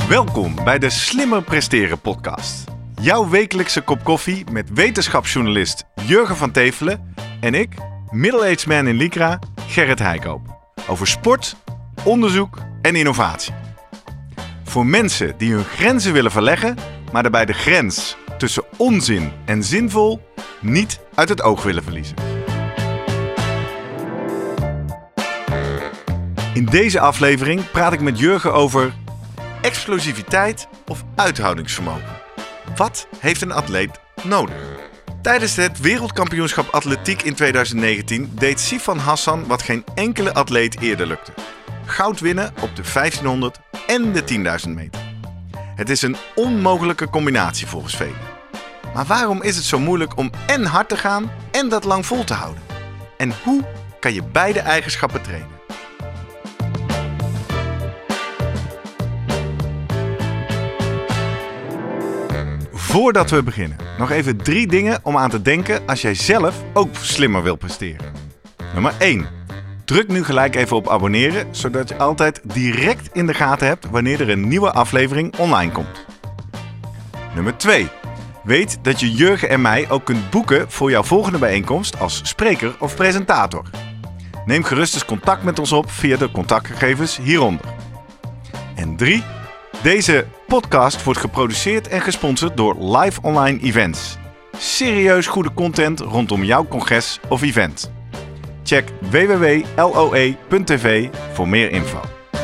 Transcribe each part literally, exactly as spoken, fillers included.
Welkom bij de Slimmer Presteren podcast. Jouw wekelijkse kop koffie met wetenschapsjournalist Jurgen van Tevelen en ik, middle-aged man in Lycra, Gerrit Heikoop. Over sport, onderzoek en innovatie. Voor mensen die hun grenzen willen verleggen, maar daarbij de grens tussen onzin en zinvol niet uit het oog willen verliezen. In deze aflevering praat ik met Jurgen over explosiviteit of uithoudingsvermogen. Wat heeft een atleet nodig? Tijdens het wereldkampioenschap atletiek in twintig negentien deed Sifan Hassan wat geen enkele atleet eerder lukte. Goud winnen op de vijftienhonderd en de tienduizend meter. Het is een onmogelijke combinatie volgens velen. Maar waarom is het zo moeilijk om en hard te gaan en dat lang vol te houden? En hoe kan je beide eigenschappen trainen? Voordat we beginnen, nog even drie dingen om aan te denken als jij zelf ook slimmer wil presteren. Nummer één. Druk nu gelijk even op abonneren, zodat je altijd direct in de gaten hebt wanneer er een nieuwe aflevering online komt. Nummer twee. Weet dat je Jurgen en mij ook kunt boeken voor jouw volgende bijeenkomst als spreker of presentator. Neem gerust eens contact met ons op via de contactgegevens hieronder. En drie. Deze podcast wordt geproduceerd en gesponsord door Live Online Events. Serieus goede content rondom jouw congres of event. Check w w w punt l o e punt t v voor meer info.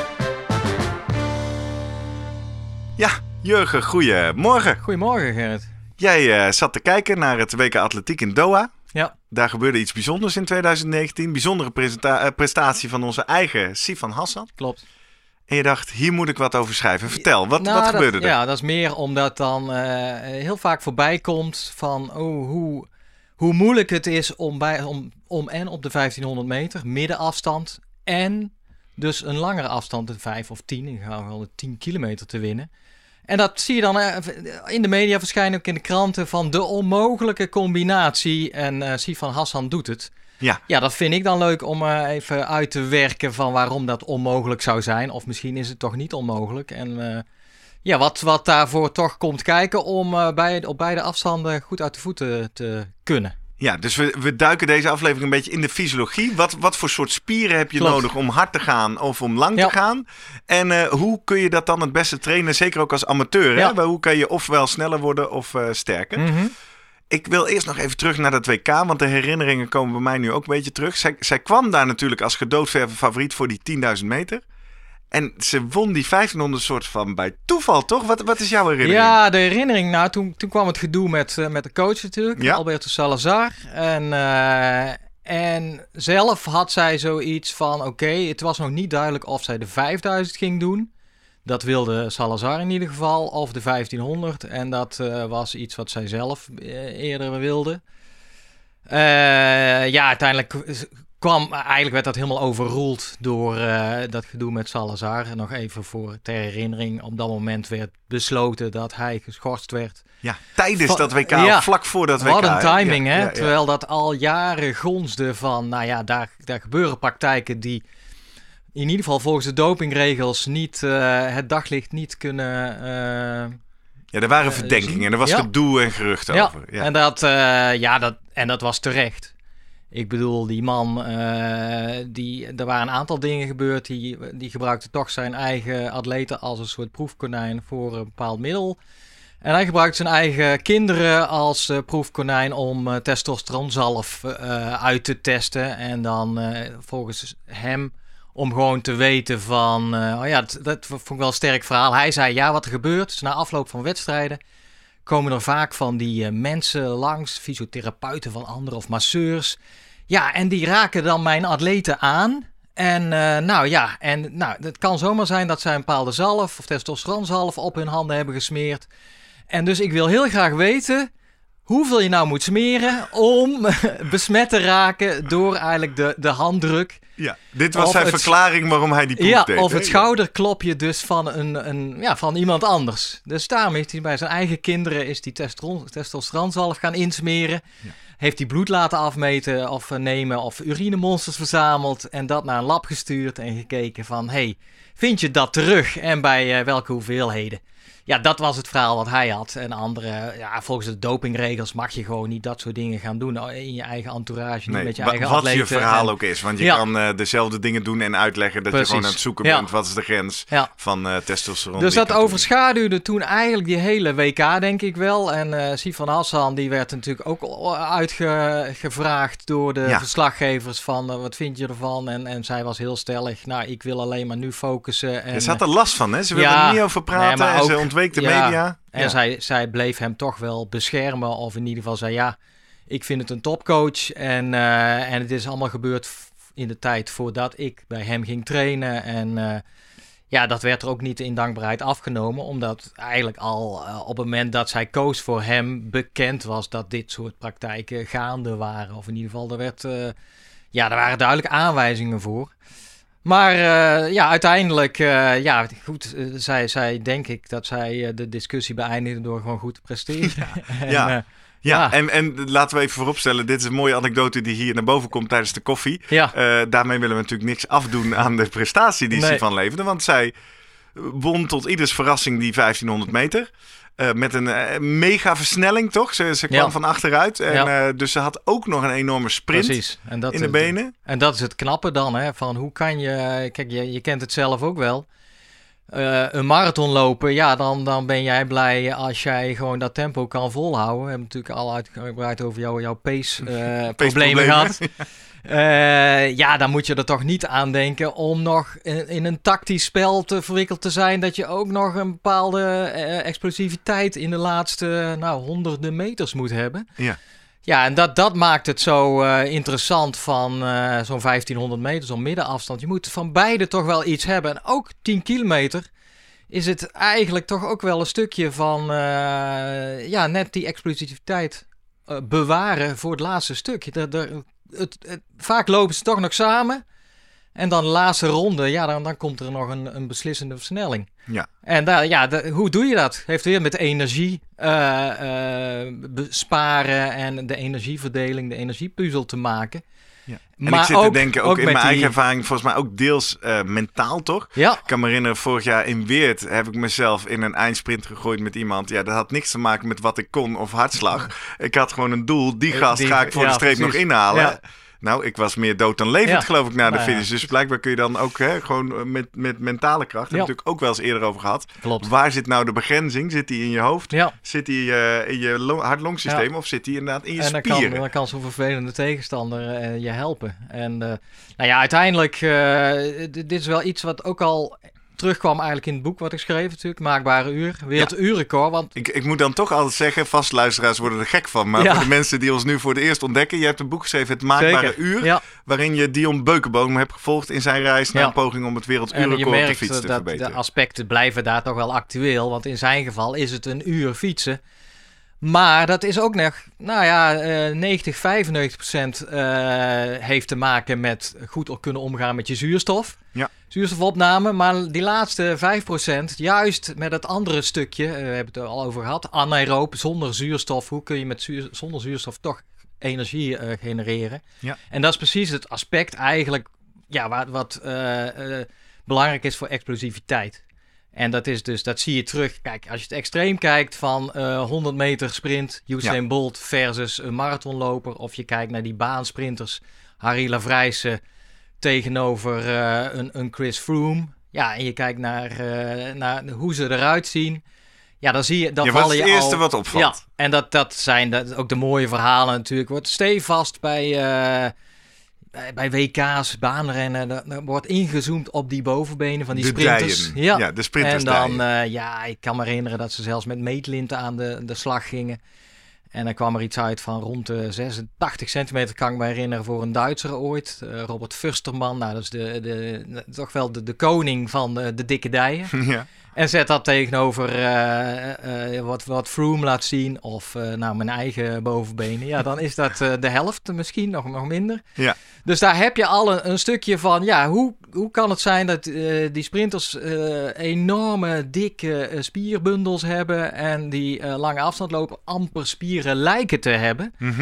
Ja, Jurgen, goedemorgen. Goedemorgen, Gerrit. Jij uh, zat te kijken naar het W K Atletiek in Doha. Ja. Daar gebeurde iets bijzonders in twintig negentien. Bijzondere presenta- uh, prestatie van onze eigen Sifan Hassan. Klopt. En je dacht, hier moet ik wat over schrijven. Vertel, wat, nou, wat gebeurde dat, er? Ja, dat is meer omdat dan uh, heel vaak voorbij komt van oh, hoe, hoe moeilijk het is om, bij, om, om en op de vijftienhonderd meter, middenafstand, en dus een langere afstand, de vijf of tien, ik ga wel de tien kilometer te winnen. En dat zie je dan uh, in de media verschijnen, ook in de kranten, van de onmogelijke combinatie. En uh, Sifan Hassan doet het. Ja. ja, dat vind ik dan leuk om uh, even uit te werken van waarom dat onmogelijk zou zijn. Of misschien is het toch niet onmogelijk. En uh, ja, wat, wat daarvoor toch komt kijken om uh, bij, op beide afstanden goed uit de voeten te kunnen. Ja, dus we, we duiken deze aflevering een beetje in de fysiologie. Wat, wat voor soort spieren heb je Klopt. nodig om hard te gaan of om lang ja. te gaan? En uh, hoe kun je dat dan het beste trainen? Zeker ook als amateur. Ja. Hè? Maar hoe kan je ofwel sneller worden of uh, sterker? Mm-hmm. Ik wil eerst nog even terug naar dat W K, want de herinneringen komen bij mij nu ook een beetje terug. Zij, zij kwam daar natuurlijk als gedoodverven favoriet voor die tienduizend meter. En ze won die vijftienhonderd soort van bij toeval, toch? Wat, wat is jouw herinnering? Ja, de herinnering, nou, toen, toen kwam het gedoe met, uh, met de coach natuurlijk, ja. Alberto Salazar. En, uh, en zelf had zij zoiets van, oké, okay, het was nog niet duidelijk of zij de vijfduizend ging doen. Dat wilde Salazar in ieder geval, of de vijftienhonderd. En dat uh, was iets wat zij zelf uh, eerder wilde. Uh, ja, uiteindelijk kwam, eigenlijk werd dat helemaal overruled door uh, dat gedoe met Salazar. En nog even voor ter herinnering, op dat moment werd besloten dat hij geschorst werd. Ja, tijdens van, dat W K, ja, vlak voor dat W K. Wat een timing, ja, hè? Ja, ja. Terwijl dat al jaren gonsde van, nou ja, daar, daar gebeuren praktijken die in ieder geval volgens de dopingregels niet uh, het daglicht niet kunnen. Uh, ja, er waren uh, verdenkingen. Er was ja. gedoe en geruchten ja. over. Ja, en dat, uh, ja, dat, en dat was terecht. Ik bedoel, die man, uh, die, er waren een aantal dingen gebeurd. Die, die gebruikte toch zijn eigen atleten als een soort proefkonijn voor een bepaald middel. En hij gebruikte zijn eigen kinderen als uh, proefkonijn om uh, testosteronzalf uh, uit te testen. En dan uh, volgens hem om gewoon te weten van, uh, oh ja, dat, dat vond ik wel een sterk verhaal. Hij zei, ja, wat er gebeurt, dus na afloop van wedstrijden komen er vaak van die uh, mensen langs, fysiotherapeuten van anderen of masseurs. Ja, en die raken dan mijn atleten aan. En uh, nou ja, en nou, het kan zomaar zijn dat zij een bepaalde zalf of testosteronzalf op hun handen hebben gesmeerd. En dus ik wil heel graag weten hoeveel je nou moet smeren om besmet te raken door eigenlijk de, de handdruk. Ja, dit was of zijn het, verklaring waarom hij die proef ja, deed. Of hè? het schouderklopje dus van, een, een, ja, van iemand anders. Dus daarom heeft hij bij zijn eigen kinderen is die testosteronzalf gaan insmeren. Ja. heeft hij bloed laten afmeten of uh, nemen of urinemonsters verzameld en dat naar een lab gestuurd en gekeken van, hey, vind je dat terug en bij uh, welke hoeveelheden? Ja, dat was het verhaal wat hij had. En andere, ja, volgens de dopingregels mag je gewoon niet dat soort dingen gaan doen in je eigen entourage, nee, niet met je wa- eigen wat atleten. je verhaal en, ook is, want je ja. kan uh, dezelfde dingen doen en uitleggen dat Precies. je gewoon aan het zoeken ja. bent. Wat is de grens ja. van uh, testosteron? Dus dat kan doen. overschaduwde toen eigenlijk die hele W K, denk ik wel. En uh, Sifan Hassan, die werd natuurlijk ook uitgevraagd door de ja. verslaggevers van uh, wat vind je ervan? En, en zij was heel stellig, nou, ik wil alleen maar nu focussen. En, je had er last van, hè? Ze wilde ja, er niet over praten nee, en ook, ze ontweek de ja, media. En ja. zij, zij bleef hem toch wel beschermen, of in ieder geval zei, ja, ik vind het een topcoach. En, uh, en het is allemaal gebeurd in de tijd voordat ik bij hem ging trainen. En uh, ja, dat werd er ook niet in dankbaarheid afgenomen, omdat eigenlijk al uh, op het moment dat zij koos voor hem bekend was dat dit soort praktijken gaande waren. Of in ieder geval, er werd, uh, ja, er waren duidelijke aanwijzingen voor. Maar uh, ja, uiteindelijk, uh, ja, goed, uh, zij, zij denk ik dat zij uh, de discussie beëindigde door gewoon goed te presteren. Ja, en, ja. Uh, ja. ja. En, en laten we even vooropstellen, dit is een mooie anekdote die hier naar boven komt tijdens de koffie. Ja. Uh, daarmee willen we natuurlijk niks afdoen aan de prestatie die nee. Sifan leverde, want zij won tot ieders verrassing die vijftienhonderd meter. Uh, met een uh, mega versnelling, toch? Ze, ze kwam ja. van achteruit. En, ja. uh, dus ze had ook nog een enorme sprint. Precies. En dat, in de benen. En dat is het knappe dan, hè? Van hoe kan je... Kijk, je, je kent het zelf ook wel. Uh, een marathon lopen, ja, dan, dan ben jij blij als jij gewoon dat tempo kan volhouden. We hebben natuurlijk al uitgebreid over jou, jouw pace-problemen uh, gehad. Uh, ja, dan moet je er toch niet aan denken om nog in, in een tactisch spel te verwikkeld te zijn, dat je ook nog een bepaalde uh, explosiviteit in de laatste nou, honderden meters moet hebben. Ja. Ja, en dat, dat maakt het zo uh, interessant van uh, zo'n vijftienhonderd meter, zo'n middenafstand. Je moet van beide toch wel iets hebben. En ook tien kilometer is het eigenlijk toch ook wel een stukje van uh, ja, net die explosiviteit uh, bewaren voor het laatste stuk. De, de, het, het, vaak lopen ze toch nog samen. En dan de laatste ronde, ja, dan, dan komt er nog een, een beslissende versnelling. Ja. En daar, ja, de, hoe doe je dat? Heeft weer met energie uh, uh, besparen en de energieverdeling, de energiepuzzel te maken. Ja. En maar ik zit ook, te denken, ook, ook in mijn die... eigen ervaring, volgens mij ook deels uh, mentaal, toch? Ja. Ik kan me herinneren, vorig jaar in Weert heb ik mezelf in een eindsprint gegooid met iemand. Ja, dat had niks te maken met wat ik kon of hartslag. Ik had gewoon een doel, die gast die, ga ik voor ja, de streep precies. nog inhalen. Ja. Nou, ik was meer dood dan levend, ja. geloof ik, na de nou, finish. Dus blijkbaar kun je dan ook hè, gewoon met, met mentale kracht, daar hebben we natuurlijk ook wel eens eerder over gehad. Klopt. Waar zit nou de begrenzing? Zit die in je hoofd? Ja. Zit die uh, in je long- hart-longsysteem ja. of zit die inderdaad in je en dan spieren? Kan, dan kan zo'n vervelende tegenstander uh, je helpen. En uh, nou ja, uiteindelijk, uh, d- dit is wel iets wat ook al terugkwam eigenlijk in het boek wat ik schreef natuurlijk. Maakbare uur, werelduurrecord. Want... Ik, ik moet dan toch altijd zeggen, vastluisteraars worden er gek van. Maar ja. voor de mensen die ons nu voor het eerst ontdekken. Je hebt een boek geschreven, Het Maakbare Zeker. Uur. Ja. Waarin je Dion Beukenboom hebt gevolgd in zijn reis naar ja. een poging om het werelduurrecord op de fiets te dat verbeteren. De aspecten blijven daar toch wel actueel. Want in zijn geval is het een uur fietsen. Maar dat is ook nog, nou ja, uh, negentig, vijfennegentig procent uh, heeft te maken met goed kunnen omgaan met je zuurstof. Ja. Zuurstofopname, maar die laatste vijf procent, juist met het andere stukje, uh, we hebben het er al over gehad, anaeroop, zonder zuurstof. Hoe kun je met zuur, zonder zuurstof toch energie uh, genereren? Ja. En dat is precies het aspect eigenlijk, ja, wat, wat uh, uh, belangrijk is voor explosiviteit. En dat is dus, dat zie je terug. Kijk, als je het extreem kijkt van uh, honderd meter sprint, Usain ja. Bolt versus een marathonloper. Of je kijkt naar die baansprinters, Harry Lavrijsen tegenover uh, een, een Chris Froome. Ja, en je kijkt naar, uh, naar hoe ze eruit zien. Ja, dan zie je, dan ja, val je je al... het eerste al, wat opvalt. Ja, en dat, dat zijn dat, ook de mooie verhalen natuurlijk. Wordt stevast bij... Uh, Bij W K's, baanrennen, er wordt ingezoomd op die bovenbenen van die de sprinters. Ja. ja, de sprinters. En dan, uh, ja, ik kan me herinneren dat ze zelfs met meetlinten aan de, de slag gingen. En dan kwam er iets uit van rond de zesentachtig centimeter, kan ik me herinneren, voor een Duitser ooit. Uh, Robert Fusterman, nou, dat is de, de, de, toch wel de, de koning van de, de dikke dijen. Ja. En zet dat tegenover uh, uh, wat, wat Froome laat zien of uh, nou, mijn eigen bovenbenen. Ja, dan is dat uh, de helft misschien, nog, nog minder. Ja. Dus daar heb je al een, een stukje van, ja, hoe, hoe kan het zijn dat uh, die sprinters uh, enorme, dikke uh, spierbundels hebben en die uh, lange afstand lopen amper spieren lijken te hebben. Mm-hmm.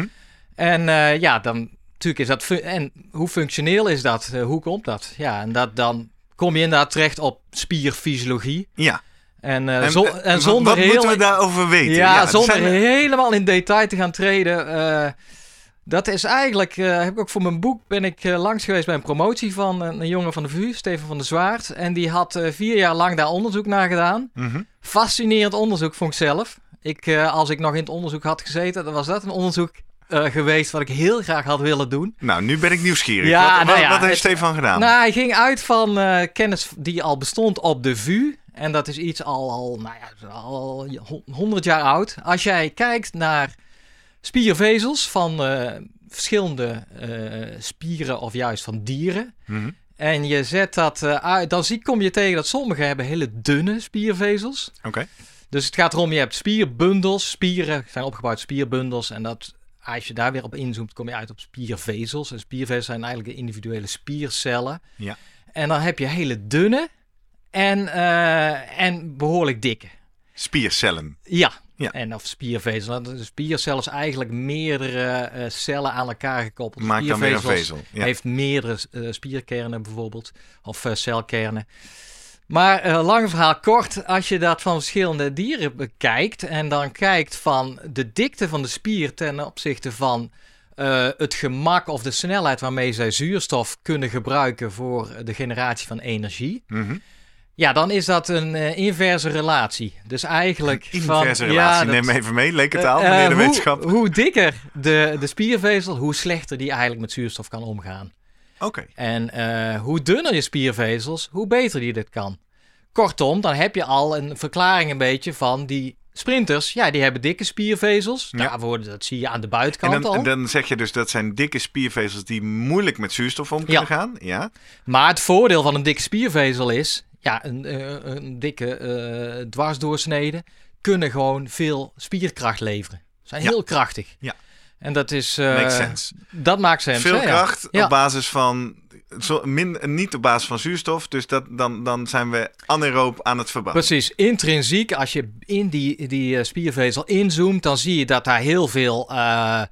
En uh, ja, dan natuurlijk is dat... Fu- en hoe functioneel is dat? Uh, hoe komt dat? Ja, en dat, dan kom je inderdaad terecht op spierfysiologie. Ja. En, uh, en, zo, en, en zonder wat heel, moeten we daarover weten? Ja, ja zonder zijn... helemaal in detail te gaan treden. Uh, dat is eigenlijk... Uh, heb ik ook voor mijn boek ben ik uh, langs geweest bij een promotie van een, een jongen van de V U, Steven van der Zwaard. En die had uh, vier jaar lang daar onderzoek naar gedaan. Mm-hmm. Fascinerend onderzoek, vond ik zelf. Ik, uh, als ik nog in het onderzoek had gezeten, dan was dat een onderzoek uh, geweest wat ik heel graag had willen doen. Nou, nu ben ik nieuwsgierig. Ja, wat, nou wat, ja, wat heeft het, Stefan gedaan? Nou, hij ging uit van uh, kennis die al bestond op de V U. En dat is iets al, al, nou ja, al honderd jaar oud. Als jij kijkt naar spiervezels van uh, verschillende uh, spieren of juist van dieren. Mm-hmm. En je zet dat uh, uit, dan zie, kom je tegen dat sommige hebben hele dunne spiervezels. Oké. Okay. Dus het gaat erom, je hebt spierbundels. Spieren zijn opgebouwd uit spierbundels. En dat, als je daar weer op inzoomt, kom je uit op spiervezels. En spiervezels zijn eigenlijk de individuele spiercellen. Ja. En dan heb je hele dunne en, uh, en behoorlijk dikke. Spiercellen. Ja. Ja. En of spiervezels. De spiercel is eigenlijk meerdere uh, cellen aan elkaar gekoppeld. Maakt dan weer een vezel. Ja. Heeft meerdere uh, spierkernen bijvoorbeeld. Of uh, celkernen. Maar uh, lang verhaal kort, als je dat van verschillende dieren bekijkt en dan kijkt van de dikte van de spier ten opzichte van uh, het gemak of de snelheid waarmee zij zuurstof kunnen gebruiken voor de generatie van energie. Mm-hmm. Ja, dan is dat een uh, inverse relatie. Dus eigenlijk een inverse van, relatie, ja, neem dat, even mee, lekentaal, uh, meneer de hoe, wetenschap. Hoe dikker de, de spiervezel, hoe slechter die eigenlijk met zuurstof kan omgaan. Oké. Okay. En uh, hoe dunner je spiervezels, hoe beter die dit kan. Kortom, dan heb je al een verklaring een beetje van die sprinters. Ja, die hebben dikke spiervezels. Ja. Daarvoor, dat zie je aan de buitenkant en dan, al. En dan zeg je dus dat zijn dikke spiervezels die moeilijk met zuurstof om kunnen ja. gaan. Ja. Maar het voordeel van een dikke spiervezel is, ja, een, uh, een dikke uh, dwarsdoorsnede kunnen gewoon veel spierkracht leveren. Zijn ja. heel krachtig. Ja. En dat is... Uh, Makes sense. Dat maakt sens. Veel hè, kracht ja. op basis van... Zo, min, niet op basis van zuurstof, dus dat, dan, dan zijn we anaeroop aan het verbouwen. Precies, intrinsiek, als je in die, die uh, spiervezel inzoomt, dan zie je dat daar heel veel uh,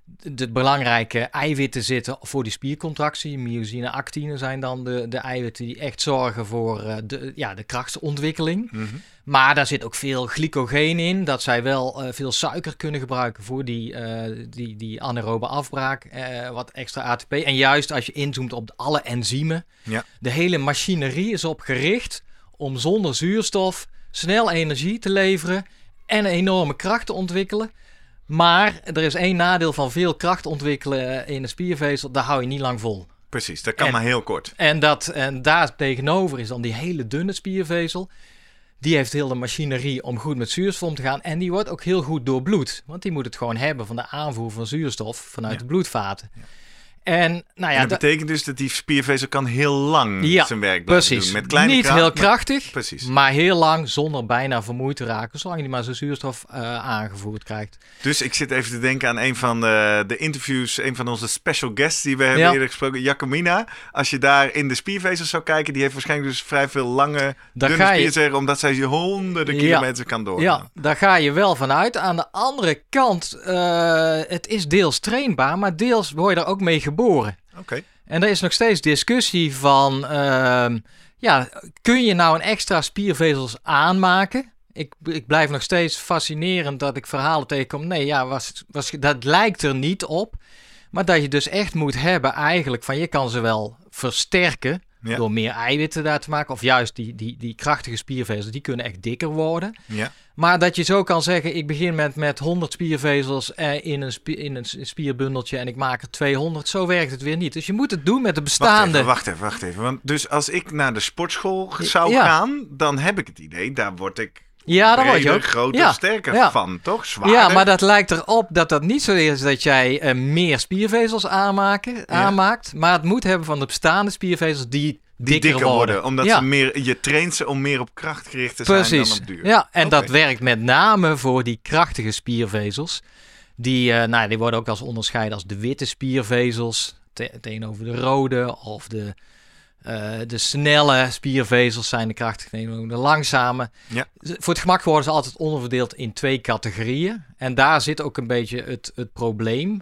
de belangrijke eiwitten zitten voor die spiercontractie. Myosine, actine zijn dan de, de eiwitten die echt zorgen voor uh, de, ja, de krachtsontwikkeling. Mm-hmm. Maar daar zit ook veel glycogeen in, dat zij wel uh, veel suiker kunnen gebruiken voor die, uh, die, die anaerobe afbraak, uh, wat extra A T P. En juist als je inzoomt op alle enzymen, ja. de hele machinerie is op gericht om zonder zuurstof snel energie te leveren en een enorme kracht te ontwikkelen. Maar er is één nadeel van veel kracht ontwikkelen in een spiervezel, daar hou je niet lang vol. Precies, dat kan en, maar heel kort. En, dat, en daar tegenover is dan die hele dunne spiervezel. Die heeft heel de machinerie om goed met zuurstof om te gaan. En die wordt ook heel goed doorbloed. Want die moet het gewoon hebben van de aanvoer van zuurstof vanuit ja. de bloedvaten. Ja. En, nou ja, en dat betekent dus dat die spiervezel kan heel lang ja, zijn werk blijven precies. doen. Met kleine Niet kracht, heel krachtig, maar, precies. maar heel lang zonder bijna vermoeid te raken. Zolang hij maar zijn zuurstof uh, aangevoerd krijgt. Dus ik zit even te denken aan een van de, de interviews, een van onze special guests die we hebben ja. eerder gesproken, Jacomina. Als je daar in de spiervezels zou kijken, die heeft waarschijnlijk dus vrij veel lange, daar dunne je... spiervezels, omdat zij honderden ja. kilometers kan doorgaan. Ja, daar ga je wel vanuit. Aan de andere kant, uh, het is deels trainbaar, maar deels word je er ook mee geboren. Oké. Okay. En er is nog steeds discussie van, uh, ja, kun je nou een extra spiervezels aanmaken? Ik, ik blijf nog steeds fascinerend dat ik verhalen tegenkom. Nee, ja, was, was, dat lijkt er niet op. Maar dat je dus echt moet hebben eigenlijk van, je kan ze wel versterken ja. door meer eiwitten daar te maken. Of juist die, die, die krachtige spiervezels, die kunnen echt dikker worden. Ja. Maar dat je zo kan zeggen, ik begin met, met honderd spiervezels eh, in, een spie- in een spierbundeltje en ik maak er tweehonderd. Zo werkt het weer niet. Dus je moet het doen met de bestaande... Wacht even, wacht even. Wacht even. Want dus als ik naar de sportschool zou ja. gaan, dan heb ik het idee, daar word ik ja, dan word breder, je ook groter, ja. sterker ja. van, toch? Zwaarder. Ja, maar dat lijkt erop dat dat niet zo is dat jij uh, meer spiervezels aanmaken, ja. aanmaakt. Maar het moet hebben van de bestaande spiervezels die... Die dikker, dikker worden. worden omdat ja. ze meer, je traint ze om meer op kracht gericht te Precies. zijn dan op duur. Ja, en okay. dat werkt met name voor die krachtige spiervezels. Die, uh, nou, die worden ook als onderscheiden als de witte spiervezels te- tegenover de rode. Of de, uh, de snelle spiervezels zijn de krachtige tegenover de langzame. Ja. Voor het gemak worden ze altijd onderverdeeld in twee categorieën. En daar zit ook een beetje het, het probleem.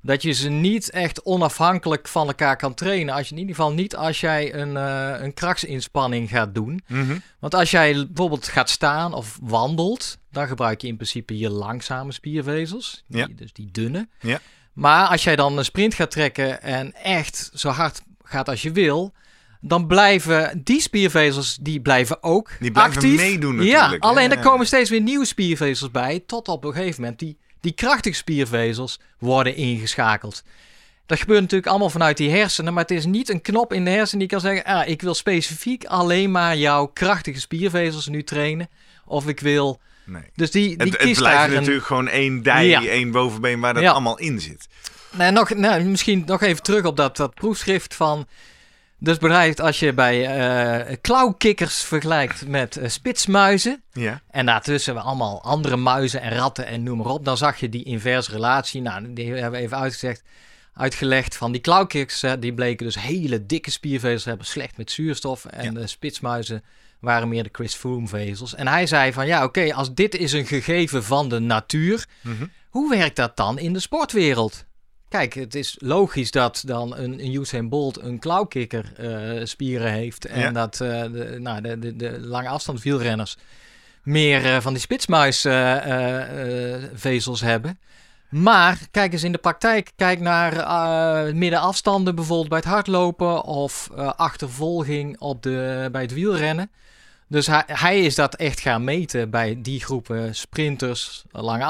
dat je ze niet echt onafhankelijk van elkaar kan trainen. Als je in ieder geval niet als jij een, uh, een krachtsinspanning gaat doen. Mm-hmm. Want als jij bijvoorbeeld gaat staan of wandelt, dan gebruik je in principe je langzame spiervezels. Die, Ja. Dus die dunne. Ja. Maar als jij dan een sprint gaat trekken en echt zo hard gaat als je wil, dan blijven die spiervezels die blijven ook Die blijven actief. meedoen natuurlijk. Ja, alleen ja, er ja. komen steeds weer nieuwe spiervezels bij, tot op een gegeven moment die, die krachtige spiervezels worden ingeschakeld. Dat gebeurt natuurlijk allemaal vanuit die hersenen, maar het is niet een knop in de hersenen die kan zeggen, ah, ik wil specifiek alleen maar jouw krachtige spiervezels nu trainen, of ik wil... Nee. Dus die, die Het, het kiest blijft daar een... natuurlijk gewoon één dij, Ja. één bovenbeen waar dat Ja. allemaal in zit. Nee, nog, nou, misschien nog even terug op dat, dat proefschrift van... Dus bedrijf, als je bij uh, klauwkikkers vergelijkt met uh, spitsmuizen... Ja. en daartussen allemaal andere muizen en ratten en noem maar op... dan zag je die inverse relatie. Nou, die hebben we even uitgezegd, uitgelegd van die klauwkikkers. Hè, die bleken dus hele dikke spiervezels te hebben, slecht met zuurstof. En Ja. de spitsmuizen waren meer de Chris Froome vezels. En hij zei van, ja oké, okay, als dit is een gegeven van de natuur... Mm-hmm. hoe werkt dat dan in de sportwereld? Kijk, het is logisch dat dan een, een Usain Bolt een klauwkikker uh, spieren heeft. En Ja. dat uh, de, nou, de, de, de lange afstand wielrenners meer uh, van die spitsmuisvezels uh, uh, hebben. Maar kijk eens in de praktijk. Kijk naar uh, middenafstanden bijvoorbeeld bij het hardlopen of uh, achtervolging op de, bij het wielrennen. Dus hij, hij is dat echt gaan meten bij die groepen sprinters, lange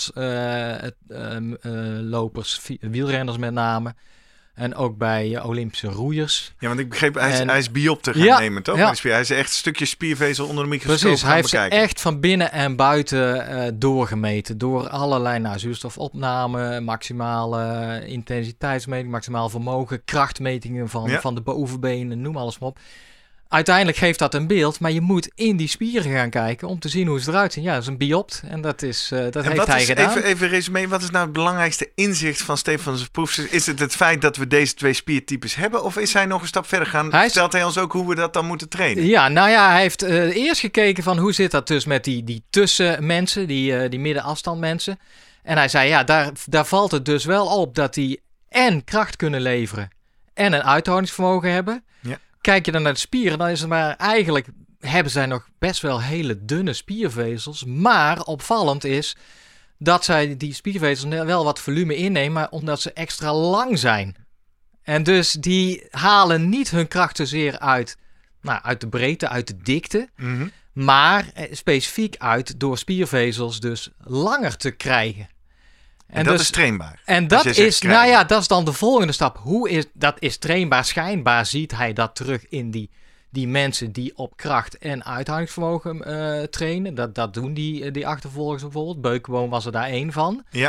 afstandslopers, uh, uh, wielrenners met name. En ook bij uh, Olympische roeiers. Ja, want ik begreep, hij is, En- hij is biopter gaan Ja, nemen, toch? ja. Met die spier. Hij is echt een stukje spiervezel onder de microscoop Precies, gaan hij heeft ze bekijken. echt van binnen en buiten uh, doorgemeten. Door allerlei nou, zuurstofopname, maximale uh, intensiteitsmeting, maximaal vermogen, krachtmetingen van, Ja. van de bovenbenen, noem alles maar op. Uiteindelijk geeft dat een beeld, maar je moet in die spieren gaan kijken om te zien hoe ze eruit zien. Ja, dat is een biopt en dat, is, uh, dat En heeft wat hij is, gedaan. even, even resume, wat is nou het belangrijkste inzicht van Stefan's proef? Is het het feit dat we deze twee spiertypes hebben? Of is hij nog een stap verder gaan? Hij is- Stelt hij ons ook hoe we dat dan moeten trainen? Ja, nou ja, hij heeft uh, eerst gekeken van hoe zit dat dus met die, die tussenmensen, die, uh, die middenafstandmensen. En hij zei, ja, daar, daar valt het dus wel op dat die en kracht kunnen leveren en een uithoudingsvermogen hebben. Ja. Kijk je dan naar de spieren, dan is het maar eigenlijk hebben zij nog best wel hele dunne spiervezels. Maar opvallend is dat zij die spiervezels wel wat volume innemen, maar omdat ze extra lang zijn. En dus die halen niet hun kracht zozeer uit, nou, uit de breedte, uit de dikte, Mhm. maar eh, specifiek uit door spiervezels dus langer te krijgen. En, dat dus, is trainbaar. en als dat jij zegt is, krijgen. nou ja, dat is dan de volgende stap. Hoe is dat is trainbaar? Schijnbaar ziet hij dat terug in die, die mensen die op kracht en uithoudingsvermogen uh, trainen. Dat, dat doen die, die achtervolgers bijvoorbeeld. Beukenboom was er daar één van. Ja.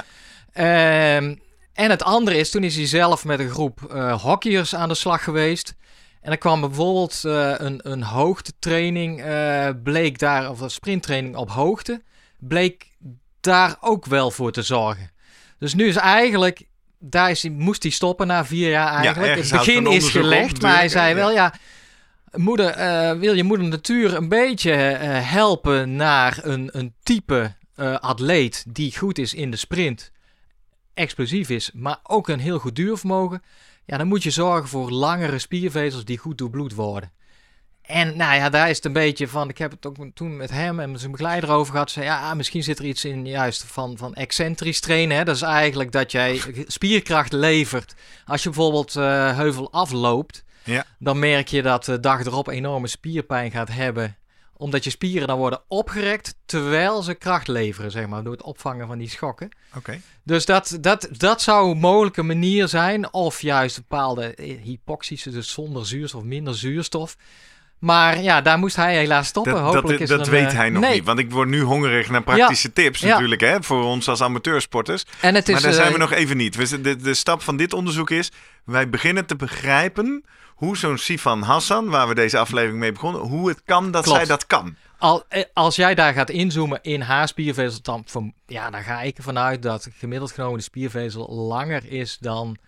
Um, en het andere is, toen is hij zelf met een groep uh, hockeyers aan de slag geweest. En dan kwam bijvoorbeeld uh, een, een hoogtetraining, uh, bleek daar, of een sprinttraining op hoogte, bleek daar ook wel voor te zorgen. Dus nu is eigenlijk, daar is hij, moest hij stoppen na vier jaar eigenlijk. ergens Het houdt begin een is onderzoek op gelegd, maar hij natuurlijk, zei hè? wel, ja, moeder, uh, wil je moeder natuur een beetje uh, helpen naar een, een type uh, atleet die goed is in de sprint, explosief is, maar ook een heel goed duurvermogen. Ja, dan moet je zorgen voor langere spiervezels die goed doorbloed worden. En nou ja, daar is het een beetje van, ik heb het ook toen met hem en zijn begeleider over gehad. Zei, ja, misschien zit er iets in juist van, van excentrisch trainen. Hè? Dat is eigenlijk dat jij spierkracht levert. Als je bijvoorbeeld uh, heuvel afloopt, Ja. dan merk je dat de dag erop enorme spierpijn gaat hebben. Omdat je spieren dan worden opgerekt terwijl ze kracht leveren, zeg maar, door het opvangen van die schokken. Oké. Okay. Dus dat, dat, dat zou een mogelijke manier zijn. Of juist bepaalde hypoxische, dus zonder zuurstof, minder zuurstof. Maar ja, daar moest hij helaas stoppen. Dat, Hopelijk dat, is dat er een, weet hij nog nee. niet. Want ik word nu hongerig naar praktische Ja. tips Ja. natuurlijk, hè, voor ons als amateursporters. En het is, maar daar zijn we uh, nog even niet. We, de, de stap van dit onderzoek is, wij beginnen te begrijpen hoe zo'n Sifan Hassan, waar we deze aflevering mee begonnen, hoe het kan dat Klopt. zij dat kan. Al, als jij daar gaat inzoomen in haar spiervezel, dan, ja, dan ga ik ervan uit dat gemiddeld genomen de spiervezel langer is dan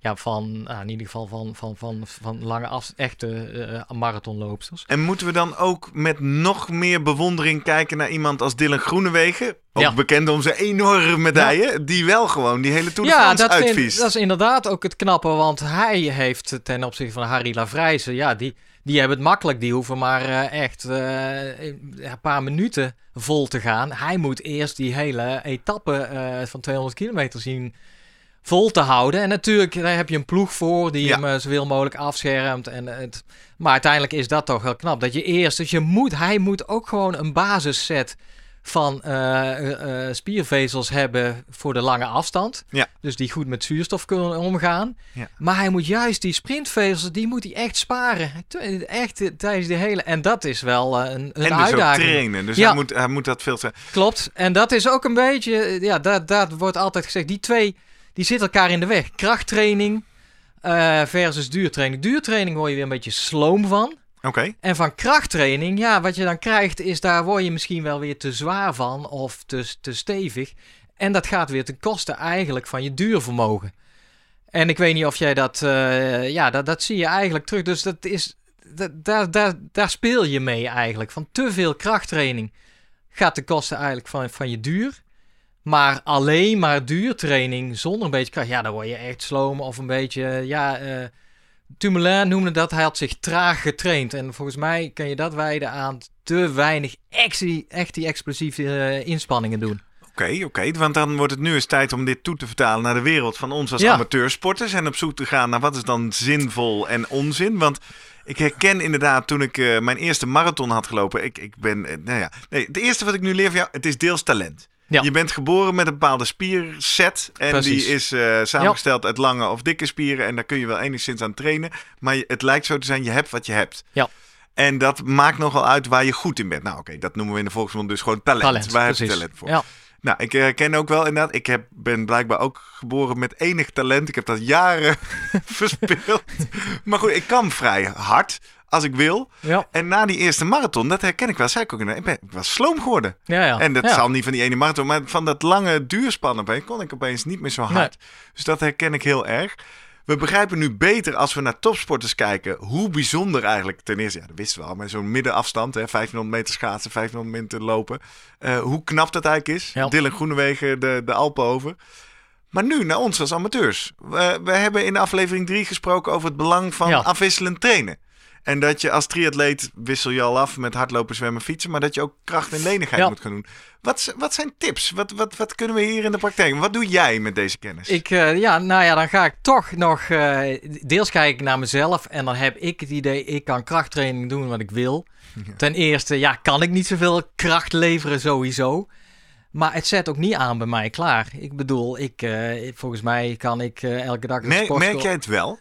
ja, van nou, in ieder geval van, van, van, van lange af, echte uh, marathonloopsters. En moeten we dan ook met nog meer bewondering kijken naar iemand als Dylan Groenewegen? Ook ja. bekend om zijn enorme medaille, ja. die wel gewoon die hele Tour de ja, France dat uitviest. Vind, dat is inderdaad ook het knappe, want hij heeft ten opzichte van Harry Lavrijsen, ja, die, die hebben het makkelijk. Die hoeven maar uh, echt uh, een paar minuten vol te gaan. Hij moet eerst die hele etappe uh, van tweehonderd kilometer zien vol te houden. En natuurlijk, daar heb je een ploeg voor die ja. hem uh, zoveel mogelijk afschermt. En het, maar uiteindelijk is dat toch wel knap. Dat je eerst, dus je moet, hij moet ook gewoon een basisset van uh, uh, spiervezels hebben voor de lange afstand. Ja. Dus die goed met zuurstof kunnen omgaan. Ja. Maar hij moet juist die sprintvezels, die moet hij echt sparen. Echt tijdens de hele... En dat is wel uh, een, een en dus uitdaging. Ook trainen. Dus ja. hij, moet, hij moet dat veel... Te... Klopt. En dat is ook een beetje... Ja, dat, dat wordt altijd gezegd. Die twee, die zitten elkaar in de weg. Krachttraining uh, versus duurtraining. Duurtraining word je weer een beetje sloom van. Okay. En van krachttraining, ja, wat je dan krijgt is, daar word je misschien wel weer te zwaar van of te, te stevig. En dat gaat weer ten koste eigenlijk van je duurvermogen. En ik weet niet of jij dat, uh, ja, dat, dat zie je eigenlijk terug. Dus dat is, dat, daar, daar, daar speel je mee eigenlijk. Van te veel krachttraining gaat ten koste eigenlijk van, van je duur. Maar alleen maar duurtraining zonder een beetje kracht, ja, dan word je echt sloom of een beetje, ja... Uh, Dumoulin noemde dat, hij had zich traag getraind. En volgens mij kan je dat wijden aan te weinig echt die, echt die explosieve uh, inspanningen doen. Oké, okay, oké. Okay. Want dan wordt het nu eens tijd om dit toe te vertalen naar de wereld van ons als ja. amateursporters. En op zoek te gaan naar wat is dan zinvol en onzin. Want ik herken inderdaad toen ik uh, mijn eerste marathon had gelopen. Ik, ik ben, uh, nou ja. Nee, het eerste wat ik nu leer van jou, het is deels talent. Ja. Je bent geboren met een bepaalde spierset. En Precies. die is uh, samengesteld ja. uit lange of dikke spieren. En daar kun je wel enigszins aan trainen. Maar je, het lijkt zo te zijn, je hebt wat je hebt. Ja. En dat maakt nogal uit waar je goed in bent. Nou oké, okay, dat noemen we in de volksmond dus gewoon talent. talent waar precies. heb je talent voor? Ja. Nou, ik herken ook wel inderdaad. Ik heb, ben blijkbaar ook geboren met enig talent. Ik heb dat jaren verspeeld. Maar goed, ik kan vrij hard. Als ik wil. Ja. En na die eerste marathon, dat herken ik wel, zei ik ook. Ik, ben, ik was sloom geworden. Ja, ja. En dat ja. zal niet van die ene marathon, maar van dat lange duurspannen opeens, kon ik opeens niet meer zo hard. Nee. Dus dat herken ik heel erg. We begrijpen nu beter als we naar topsporters kijken hoe bijzonder eigenlijk, ten eerste, ja, dat wisten we al, maar zo'n middenafstand, hè, vijftienhonderd meter schaatsen, vijftienhonderd meter lopen. Uh, hoe knap dat eigenlijk is. Ja. Dylan Groenewegen de, de Alpen over. Maar nu naar ons als amateurs. We, we hebben in aflevering drie gesproken over het belang van ja. afwisselend trainen. En dat je als triatleet wissel je al af met hardlopen, zwemmen, fietsen. Maar dat je ook kracht en lenigheid ja. moet gaan doen. Wat, wat zijn tips? Wat, wat, wat kunnen we hier in de praktijk? Wat doe jij met deze kennis? Ik, uh, ja, nou ja, dan ga ik toch nog... Uh, deels kijk ik naar mezelf. En dan heb ik het idee, ik kan krachttraining doen wat ik wil. Ja. Ten eerste, ja, kan ik niet zoveel kracht leveren sowieso. Maar het zet ook niet aan bij mij klaar. Ik bedoel, ik, uh, volgens mij kan ik uh, elke dag... Merk, merk jij het wel?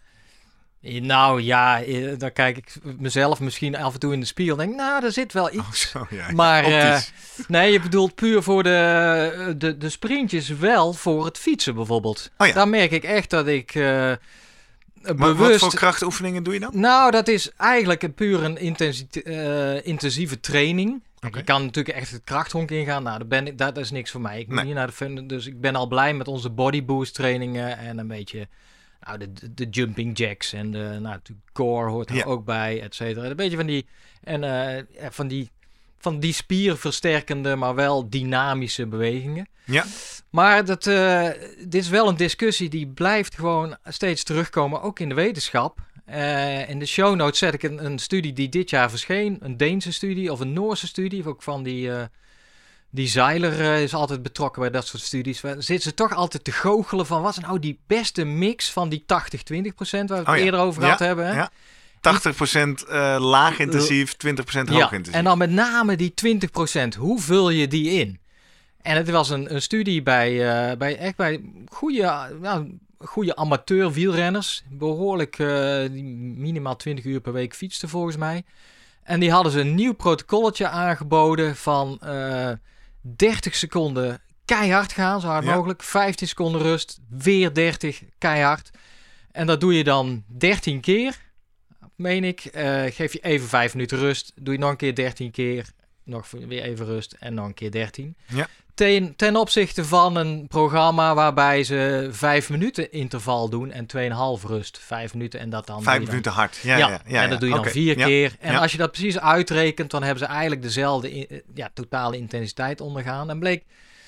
Nou ja, dan kijk ik mezelf misschien af en toe in de spiegel en denk, nou, daar zit wel iets. Oh, zo, ja, maar uh, nee, je bedoelt puur voor de, de, de sprintjes wel voor het fietsen bijvoorbeeld. Oh, ja. Dan merk ik echt dat ik uh, maar bewust... Wat voor krachtoefeningen doe je dan? Nou, dat is eigenlijk een puur een intensi- uh, intensieve training. Okay. Je kan natuurlijk echt het krachthonk ingaan. Nou, dat, ben ik, dat is niks voor mij. Ik moet nee. hier naar de fun, dus ik ben al blij met onze bodyboost trainingen en een beetje... Nou, de, de, de jumping jacks en de nou, natuurlijk core hoort er ja. ook bij, et cetera. Een beetje van die, en, uh, van die, van die spierversterkende, maar wel dynamische bewegingen. Ja. Maar dat, uh, dit is wel een discussie die blijft gewoon steeds terugkomen, ook in de wetenschap. Uh, in de show notes zet ik een, een studie die dit jaar verscheen, een Deense studie of een Noorse studie, ook van die... Uh, Die Zeiler uh, is altijd betrokken bij dat soort studies. Dan zitten ze toch altijd te goochelen van... wat is nou die beste mix van die tachtig twintig procent... waar we het oh, ja. eerder over gehad ja, hebben. Hè? Ja. tachtig procent uh, laag intensief, twintig procent hoog ja, intensief. En dan met name die twintig procent. Hoe vul je die in? En het was een, een studie bij, uh, bij, echt bij goede, nou, goede amateur wielrenners. Behoorlijk uh, minimaal twintig uur per week fietsten volgens mij. En die hadden ze een nieuw protocolletje aangeboden van... Uh, dertig seconden keihard gaan, zo hard ja. mogelijk. vijftien seconden rust, weer dertig, keihard. En dat doe je dan dertien keer, meen ik. Uh, geef je even vijf minuten rust. Doe je nog een keer dertien keer, nog weer even rust en nog een keer dertien. Ja. ten, ten opzichte van een programma waarbij ze vijf minuten interval doen en tweeënhalf rust. Vijf minuten en dat dan... Vijf dan, minuten hard. Ja, ja, ja, ja, en dat doe je okay. dan vier ja. keer. En ja. als je dat precies uitrekent, dan hebben ze eigenlijk dezelfde ja, totale intensiteit ondergaan. En bleek...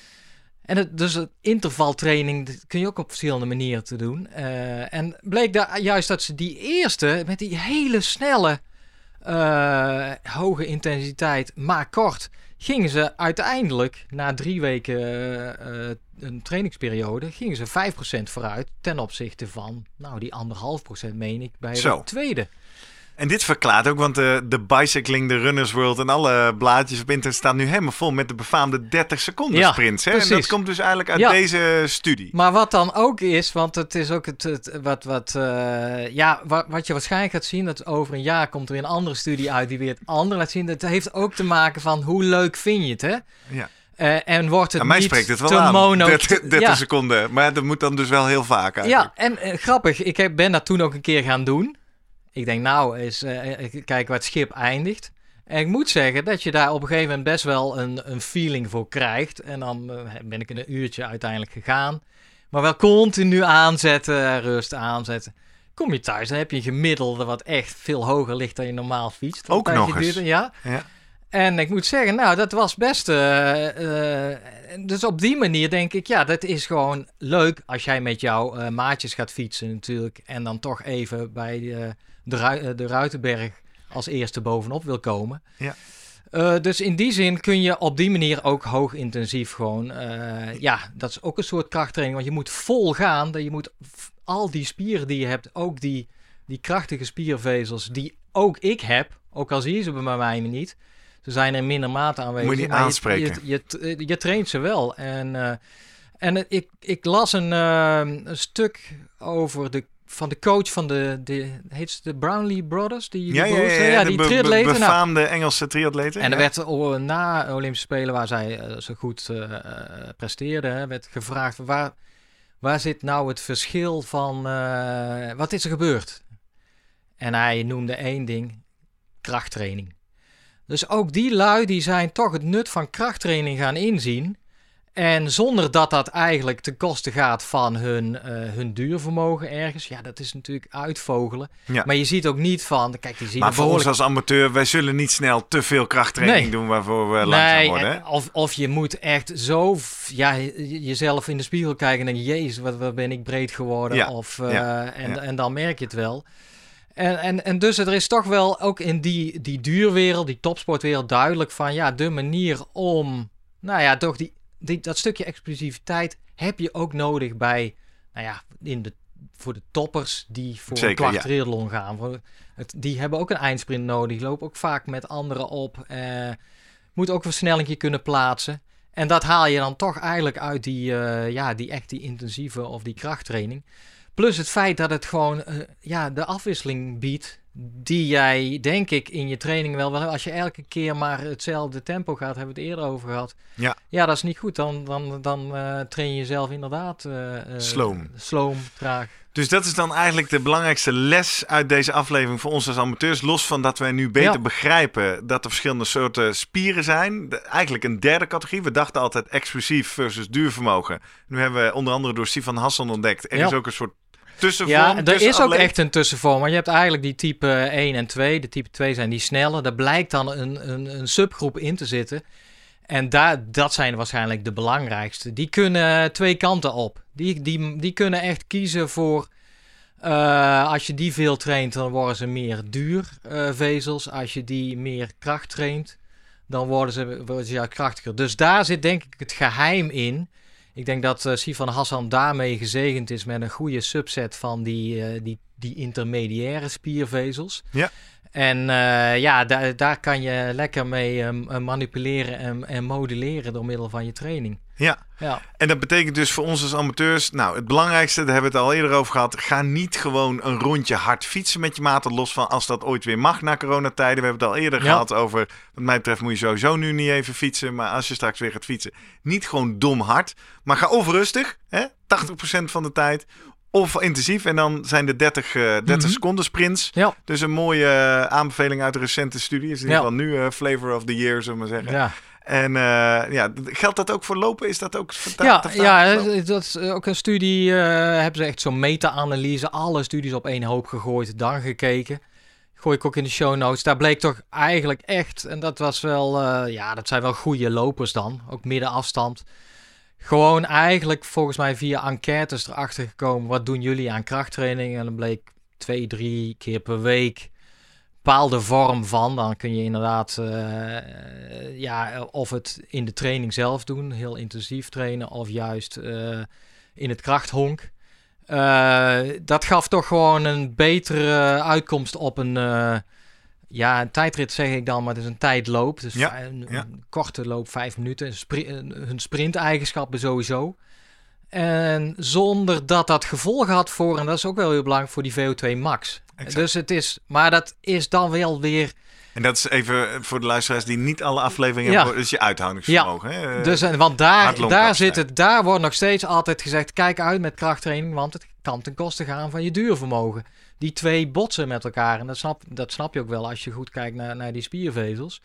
En het, dus het intervaltraining dat kun je ook op verschillende manieren te doen. Uh, en bleek daar juist dat ze die eerste, met die hele snelle, uh, hoge intensiteit, maar kort, gingen ze uiteindelijk, na drie weken uh, een trainingsperiode, gingen ze vijf procent vooruit ten opzichte van, nou die anderhalf procent meen ik, bij Zo. de tweede. En dit verklaart ook, want de, de Bicycling, de Runners World en alle blaadjes op internet staan nu helemaal vol met de befaamde dertig seconden ja, sprints. Hè? Precies. En dat komt dus eigenlijk uit ja. deze studie. Maar wat dan ook is, want het is ook het, het wat, wat, uh, ja, wat, wat je waarschijnlijk gaat zien, dat over een jaar komt er een andere studie uit die weer het andere laat zien. Dat heeft ook te maken van hoe leuk vind je het, hè? Ja. Uh, en wordt het aan mij niet spreekt het wel te aan, mono... dertig, dertig ja. seconden. Maar dat moet dan dus wel heel vaak eigenlijk. Ja, en uh, grappig, ik heb, ben dat toen ook een keer gaan doen. Ik denk, nou, eens uh, kijk waar het schip eindigt. En ik moet zeggen dat je daar op een gegeven moment best wel een, een feeling voor krijgt. En dan uh, ben ik een uurtje uiteindelijk gegaan. Maar wel continu aanzetten, rust aanzetten. Kom je thuis, dan heb je een gemiddelde wat echt veel hoger ligt dan je normaal fietst. Ook nog eens. Duurt, ja. ja. En ik moet zeggen, nou, dat was best... Uh, uh, dus op die manier denk ik, ja, dat is gewoon leuk als jij met jouw uh, maatjes gaat fietsen natuurlijk. En dan toch even bij uh, de, Ru- de Ruitenberg als eerste bovenop wil komen. Ja. Uh, dus in die zin kun je op die manier ook hoog intensief gewoon... Uh, ja, dat is ook een soort krachttraining. Want je moet vol gaan. Dat je moet f- al die spieren die je hebt, ook die, die krachtige spiervezels die ook ik heb, ook al zie je ze bij mij niet... Ze zijn er in minder mate aanwezig. Moet je niet maar aanspreken. Je, je, je, je traint ze wel. En, uh, en ik, ik las een, uh, een stuk over de, van de coach van de, de heet ze de Brownlee Brothers? Die, ja, de ja, ja, ja, ja, de die be, triatleten. be, befaamde nou, Engelse triatleten. En er ja. werd oh, na Olympische Spelen, waar zij uh, zo goed uh, presteerden, hè, werd gevraagd, waar, waar zit nou het verschil van, uh, wat is er gebeurd? En hij noemde één ding, krachttraining. Dus ook die lui die zijn toch het nut van krachttraining gaan inzien. En zonder dat dat eigenlijk ten koste gaat van hun, uh, hun duurvermogen ergens. Ja, dat is natuurlijk uitvogelen. Ja. Maar je ziet ook niet van... Kijk, die zien maar voor behoorlijk... ons als amateur, wij zullen niet snel te veel krachttraining nee. doen waarvoor we langzaam nee, worden. Hè? Of, of je moet echt zo ja, jezelf in de spiegel kijken en denken... Jezus, wat, wat ben ik breed geworden. Ja. Of, uh, ja. En, ja. en dan merk je het wel. En, en, en dus er is toch wel ook in die, die duurwereld, die topsportwereld duidelijk van... Ja, de manier om, nou ja, toch die, die, dat stukje explosiviteit heb je ook nodig bij, nou ja, in de, voor de toppers die voor Zeker, een kwart triathlon ja. gaan. Voor het, die hebben ook een eindsprint nodig, die lopen ook vaak met anderen op. Uh, moet ook versnellingje kunnen plaatsen. En dat haal je dan toch eigenlijk uit die, uh, ja, die echt die intensieve of die krachttraining. Plus het feit dat het gewoon uh, ja, de afwisseling biedt die jij, denk ik, in je training wel... Als je elke keer maar hetzelfde tempo gaat, hebben we het eerder over gehad. Ja, ja dat is niet goed. Dan, dan, dan uh, train je jezelf inderdaad... Uh, sloom. Sloom, traag. Dus dat is dan eigenlijk de belangrijkste les uit deze aflevering voor ons als amateurs. Los van dat wij nu beter ja. begrijpen dat er verschillende soorten spieren zijn. De, eigenlijk een derde categorie. We dachten altijd explosief versus duurvermogen. Nu hebben we onder andere door Sifan Hassan ontdekt. Er ja. is ook een soort tussenvorm. Ja, er is ook echt een tussenvorm. Maar je hebt eigenlijk die type één en twee. De type twee zijn die snelle. Daar blijkt dan een, een, een subgroep in te zitten. En daar, dat zijn waarschijnlijk de belangrijkste. Die kunnen twee kanten op. Die, die, die kunnen echt kiezen voor... Uh, als je die veel traint, dan worden ze meer duurvezels. Uh, als je die meer kracht traint, dan worden ze, worden ze ja, krachtiger. Dus daar zit denk ik het geheim in. Ik denk dat uh, Sifan Hassan daarmee gezegend is met een goede subset van die, uh, die, die intermediaire spiervezels. Ja. En uh, ja, da- daar kan je lekker mee um, manipuleren en, en modelleren door middel van je training. Ja. ja, en dat betekent dus voor ons als amateurs... Nou, het belangrijkste, daar hebben we het al eerder over gehad... Ga niet gewoon een rondje hard fietsen met je maten... los van als dat ooit weer mag na coronatijden. We hebben het al eerder ja. gehad over... Wat mij betreft moet je sowieso nu niet even fietsen... maar als je straks weer gaat fietsen... niet gewoon dom hard... maar ga of rustig, hè, tachtig procent van de tijd... of intensief. En dan zijn de dertig, uh, dertig mm-hmm. seconden sprints. Ja. Dus een mooie uh, aanbeveling uit de recente studie. Is in ieder geval ja. nu uh, flavor of the year, zullen we maar zeggen. Ja. En uh, ja, geldt dat ook voor lopen? Is dat ook voor Ja, ja, dat is ook een studie. Uh, hebben ze echt zo'n meta-analyse. Alle studies op één hoop gegooid, dan gekeken. Gooi ik ook in de show notes. Daar bleek toch eigenlijk echt, en dat was wel, uh, ja, dat zijn wel goede lopers dan. Ook middenafstand. Gewoon eigenlijk volgens mij via enquêtes erachter gekomen. Wat doen jullie aan krachttraining? En dan bleek twee, drie keer per week bepaalde vorm van. Dan kun je inderdaad, uh, ja, of het in de training zelf doen, heel intensief trainen, of juist uh, in het krachthonk. Uh, dat gaf toch gewoon een betere uitkomst op een, uh, ja, een tijdrit zeg ik dan, maar het is een tijdloop. Dus ja, een, ja. een korte loop, vijf minuten. Spri- hun sprinteigenschappen sowieso. En zonder dat dat gevolgen had voor, en dat is ook wel heel belangrijk, voor die V O twee max. Exact. Dus het is, maar dat is dan wel weer... En dat is even voor de luisteraars die niet alle afleveringen ja. hebben, dus je uithoudingsvermogen. Ja, hè? dus, want daar, daar zit het, daar wordt nog steeds altijd gezegd, kijk uit met krachttraining, want het kan ten koste gaan van je duurvermogen. Die twee botsen met elkaar, en dat snap, dat snap je ook wel als je goed kijkt naar, naar die spiervezels.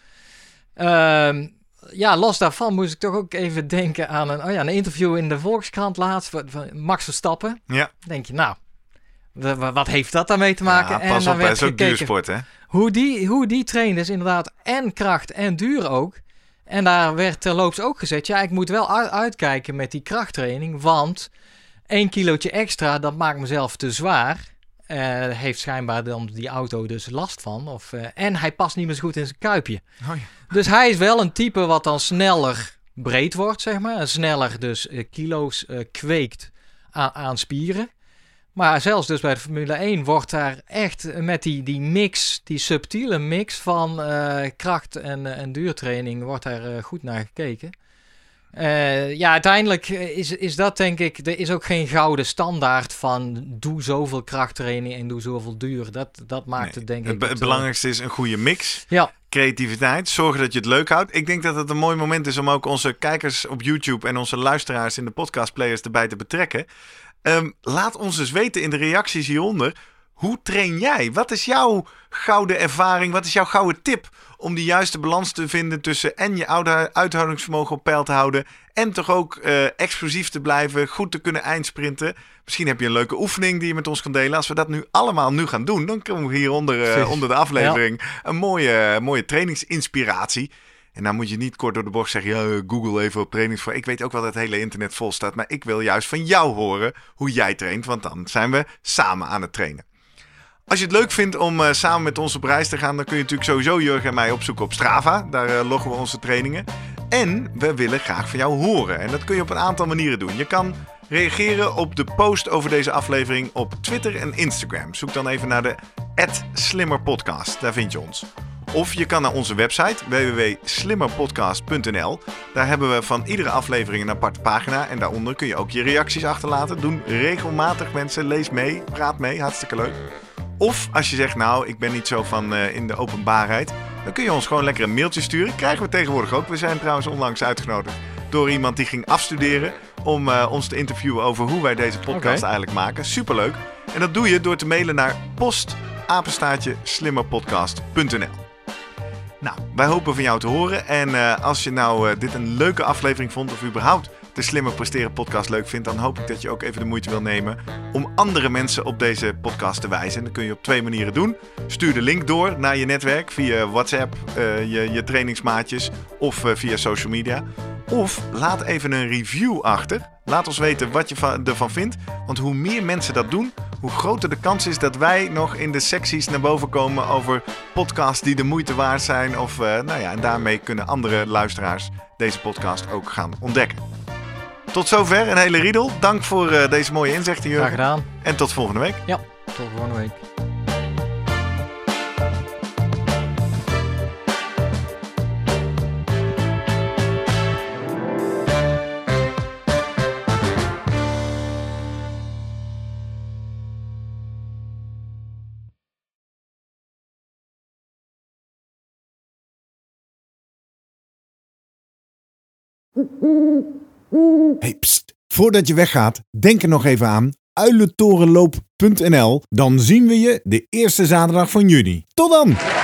Um, ja, los daarvan moest ik toch ook even denken aan een, oh ja, een interview in de Volkskrant laatst van, van Max Verstappen. Ja. Denk je, nou, w- w- wat heeft dat daarmee te maken? Ja, pas en dan op, werd het is ook gekeken duursport, hè? Hoe die, hoe die traint is inderdaad en kracht en duur ook. En daar werd terloops ook gezegd, ja, ik moet wel u- uitkijken met die krachttraining, want één kilootje extra, dat maakt mezelf te zwaar. Uh, heeft schijnbaar dan die auto dus last van. Of, uh, en hij past niet meer zo goed in zijn kuipje. Oh ja. Dus hij is wel een type wat dan sneller breed wordt, zeg maar. En sneller dus uh, kilo's uh, kweekt aan, aan spieren. Maar zelfs dus bij de Formule één wordt daar echt met die, die mix, die subtiele mix van uh, kracht en, uh, en duurtraining, wordt daar uh, goed naar gekeken. Uh, ja, uiteindelijk is, is dat denk ik, er is ook geen gouden standaard van doe zoveel krachttraining en doe zoveel duur. Dat, dat maakt nee, het denk het ik... Het, het belangrijkste is een goede mix. Ja. Creativiteit, zorgen dat je het leuk houdt. Ik denk dat het een mooi moment is om ook onze kijkers op YouTube en onze luisteraars in de podcastplayers erbij te betrekken. Um, laat ons eens weten in de reacties hieronder. Hoe train jij? Wat is jouw gouden ervaring? Wat is jouw gouden tip om die juiste balans te vinden tussen en je uithoudingsvermogen op peil te houden en toch ook uh, explosief te blijven, goed te kunnen eindsprinten? Misschien heb je een leuke oefening die je met ons kan delen. Als we dat nu allemaal nu gaan doen, dan komen we hieronder uh, onder de aflevering ja. een mooie, mooie trainingsinspiratie. En dan moet je niet kort door de bocht zeggen, ja, Google even op trainingsvraag. Ik weet ook wel dat het hele internet vol staat, maar ik wil juist van jou horen hoe jij traint, want dan zijn we samen aan het trainen. Als je het leuk vindt om uh, samen met ons op reis te gaan, dan kun je natuurlijk sowieso Jurgen en mij opzoeken op Strava. Daar uh, loggen we onze trainingen. En we willen graag van jou horen. En dat kun je op een aantal manieren doen. Je kan reageren op de post over deze aflevering op Twitter en Instagram. Zoek dan even naar de at slimmerpodcast. Daar vind je ons. Of je kan naar onze website w w w punt slimmerpodcast punt n l. Daar hebben we van iedere aflevering een aparte pagina. En daaronder kun je ook je reacties achterlaten. Doen regelmatig mensen. Lees mee, praat mee. Hartstikke leuk. Of als je zegt, nou, ik ben niet zo van uh, in de openbaarheid, dan kun je ons gewoon lekker een mailtje sturen. Krijgen we tegenwoordig ook. We zijn trouwens onlangs uitgenodigd door iemand die ging afstuderen om uh, ons te interviewen over hoe wij deze podcast okay. eigenlijk maken. Superleuk. En dat doe je door te mailen naar post apenstaartje slimmerpodcast punt n l. Nou, wij hopen van jou te horen. En uh, als je nou uh, dit een leuke aflevering vond of überhaupt de Slimmer Presteren podcast leuk vindt, dan hoop ik dat je ook even de moeite wil nemen om andere mensen op deze podcast te wijzen. En dat kun je op twee manieren doen. Stuur de link door naar je netwerk via WhatsApp, uh, je, je trainingsmaatjes of uh, via social media. Of laat even een review achter. Laat ons weten wat je van, ervan vindt. Want hoe meer mensen dat doen, hoe groter de kans is dat wij nog in de secties naar boven komen over podcasts die de moeite waard zijn. Of, uh, nou ja, en daarmee kunnen andere luisteraars deze podcast ook gaan ontdekken. Tot zover een hele riedel. Dank voor uh, deze mooie inzichten, Jurgen. Graag gedaan. En tot volgende week. Ja, tot volgende week. Hey, pst. Voordat je weggaat, denk er nog even aan uilentorenloop punt n l. Dan zien we je de eerste zaterdag van juni. Tot dan!